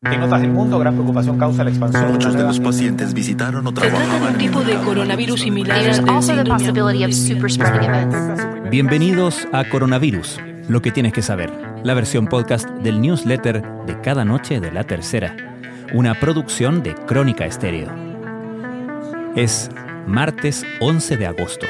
En otras del mundo, gran preocupación causa la expansión. Muchos de los pacientes visitaron o trabajaban. Se trata de un tipo de coronavirus similar al de síndrome. Bienvenidos a Coronavirus, lo que tienes que saber. La versión podcast del newsletter de cada noche de La Tercera. Una producción de Crónica Estéreo. Es martes 11 de agosto.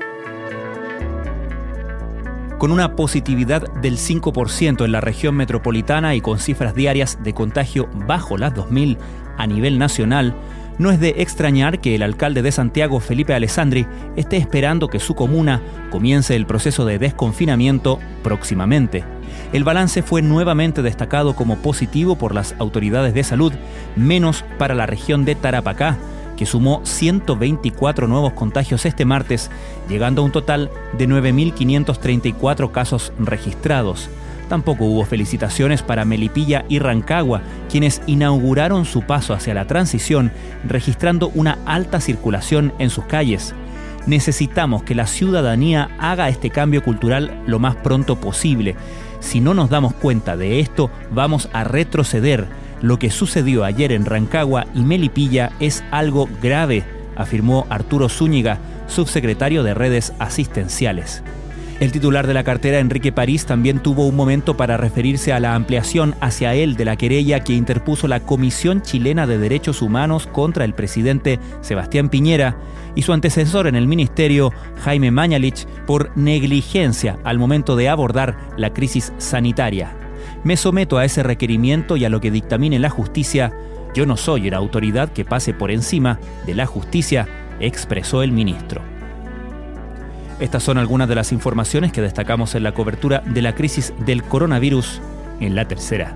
Con una positividad del 5% en la región metropolitana y con cifras diarias de contagio bajo las 2.000 a nivel nacional, no es de extrañar que el alcalde de Santiago, Felipe Alessandri, esté esperando que su comuna comience el proceso de desconfinamiento próximamente. El balance fue nuevamente destacado como positivo por las autoridades de salud, menos para la región de Tarapacá, que sumó 124 nuevos contagios este martes, llegando a un total de 9.534 casos registrados. Tampoco hubo felicitaciones para Melipilla y Rancagua, quienes inauguraron su paso hacia la transición, registrando una alta circulación en sus calles. Necesitamos que la ciudadanía haga este cambio cultural lo más pronto posible. Si no nos damos cuenta de esto, vamos a retroceder. Lo que sucedió ayer en Rancagua y Melipilla es algo grave, afirmó Arturo Zúñiga, subsecretario de Redes Asistenciales. El titular de la cartera, Enrique París, también tuvo un momento para referirse a la ampliación hacia él de la querella que interpuso la Comisión Chilena de Derechos Humanos contra el presidente Sebastián Piñera y su antecesor en el ministerio, Jaime Mañalich, por negligencia al momento de abordar la crisis sanitaria. Me someto a ese requerimiento y a lo que dictamine la justicia. Yo no soy una autoridad que pase por encima de la justicia, expresó el ministro. Estas son algunas de las informaciones que destacamos en la cobertura de la crisis del coronavirus en La Tercera.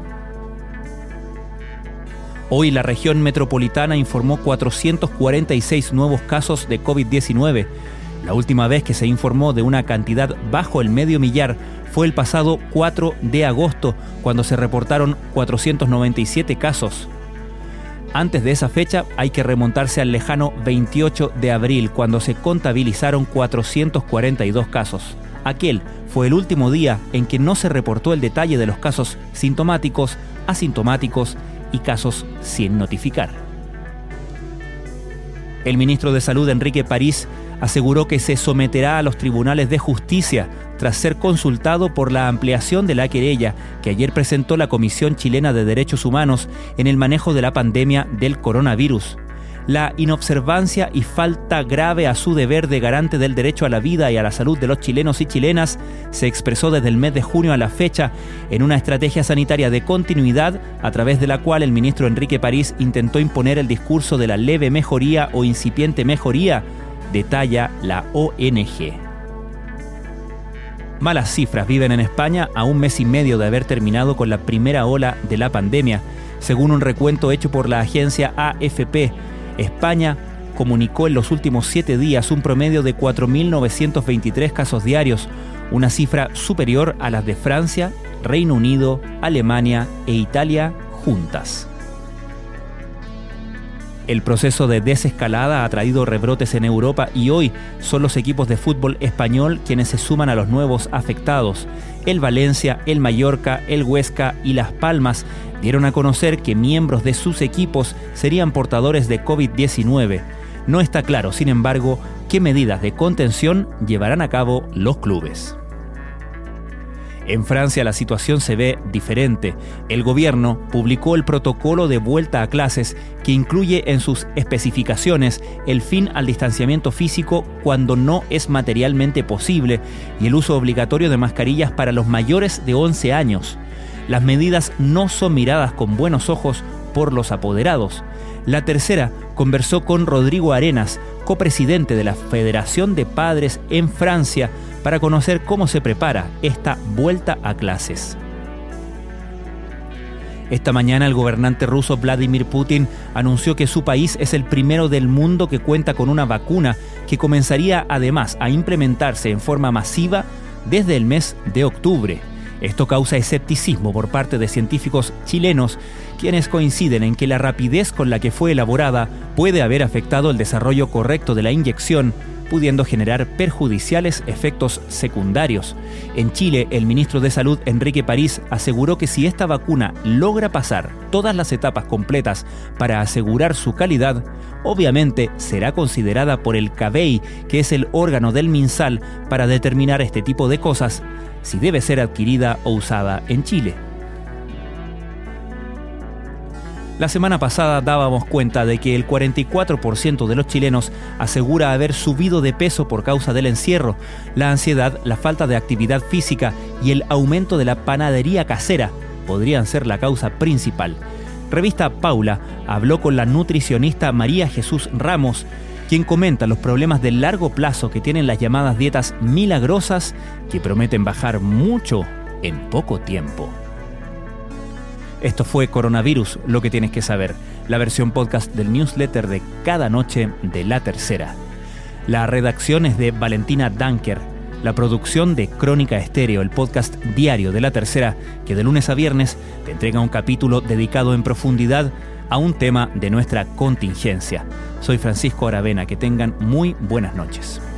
Hoy la región metropolitana informó 446 nuevos casos de COVID-19. La última vez que se informó de una cantidad bajo el medio millar fue el pasado 4 de agosto, cuando se reportaron 497 casos. Antes de esa fecha hay que remontarse al lejano 28 de abril, cuando se contabilizaron 442 casos. Aquel fue el último día en que no se reportó el detalle de los casos sintomáticos, asintomáticos y casos sin notificar. El ministro de Salud, Enrique París, aseguró que se someterá a los tribunales de justicia tras ser consultado por la ampliación de la querella que ayer presentó la Comisión Chilena de Derechos Humanos en el manejo de la pandemia del coronavirus. La inobservancia y falta grave a su deber de garante del derecho a la vida y a la salud de los chilenos y chilenas se expresó desde el mes de junio a la fecha en una estrategia sanitaria de continuidad a través de la cual el ministro Enrique París intentó imponer el discurso de la leve mejoría o incipiente mejoría, detalla la ONG. Malas cifras viven en España a un mes y medio de haber terminado con la primera ola de la pandemia. Según un recuento hecho por la agencia AFP, España comunicó en los últimos 7 días un promedio de 4.923 casos diarios, una cifra superior a las de Francia, Reino Unido, Alemania e Italia juntas. El proceso de desescalada ha traído rebrotes en Europa y hoy son los equipos de fútbol español quienes se suman a los nuevos afectados. El Valencia, el Mallorca, el Huesca y Las Palmas dieron a conocer que miembros de sus equipos serían portadores de COVID-19. No está claro, sin embargo, qué medidas de contención llevarán a cabo los clubes. En Francia la situación se ve diferente. El gobierno publicó el protocolo de vuelta a clases que incluye en sus especificaciones el fin al distanciamiento físico cuando no es materialmente posible y el uso obligatorio de mascarillas para los mayores de 11 años. Las medidas no son miradas con buenos ojos por los apoderados. La Tercera conversó con Rodrigo Arenas, copresidente de la Federación de Padres en Francia, para conocer cómo se prepara esta vuelta a clases. Esta mañana el gobernante ruso Vladimir Putin anunció que su país es el primero del mundo que cuenta con una vacuna que comenzaría además a implementarse en forma masiva desde el mes de octubre. Esto causa escepticismo por parte de científicos chilenos, quienes coinciden en que la rapidez con la que fue elaborada puede haber afectado el desarrollo correcto de la inyección, pudiendo generar perjudiciales efectos secundarios. En Chile, el ministro de Salud, Enrique París, aseguró que si esta vacuna logra pasar todas las etapas completas para asegurar su calidad, obviamente será considerada por el CABEI, que es el órgano del MinSal para determinar este tipo de cosas, si debe ser adquirida o usada en Chile. La semana pasada dábamos cuenta de que el 44% de los chilenos asegura haber subido de peso por causa del encierro, la ansiedad, la falta de actividad física y el aumento de la panadería casera podrían ser la causa principal. Revista Paula habló con la nutricionista María Jesús Ramos, quien comenta los problemas de largo plazo que tienen las llamadas dietas milagrosas que prometen bajar mucho en poco tiempo. Esto fue Coronavirus, lo que tienes que saber, la versión podcast del newsletter de cada noche de La Tercera. La redacción es de Valentina Danker, la producción de Crónica Estéreo, el podcast diario de La Tercera, que de lunes a viernes te entrega un capítulo dedicado en profundidad a un tema de nuestra contingencia. Soy Francisco Aravena, que tengan muy buenas noches.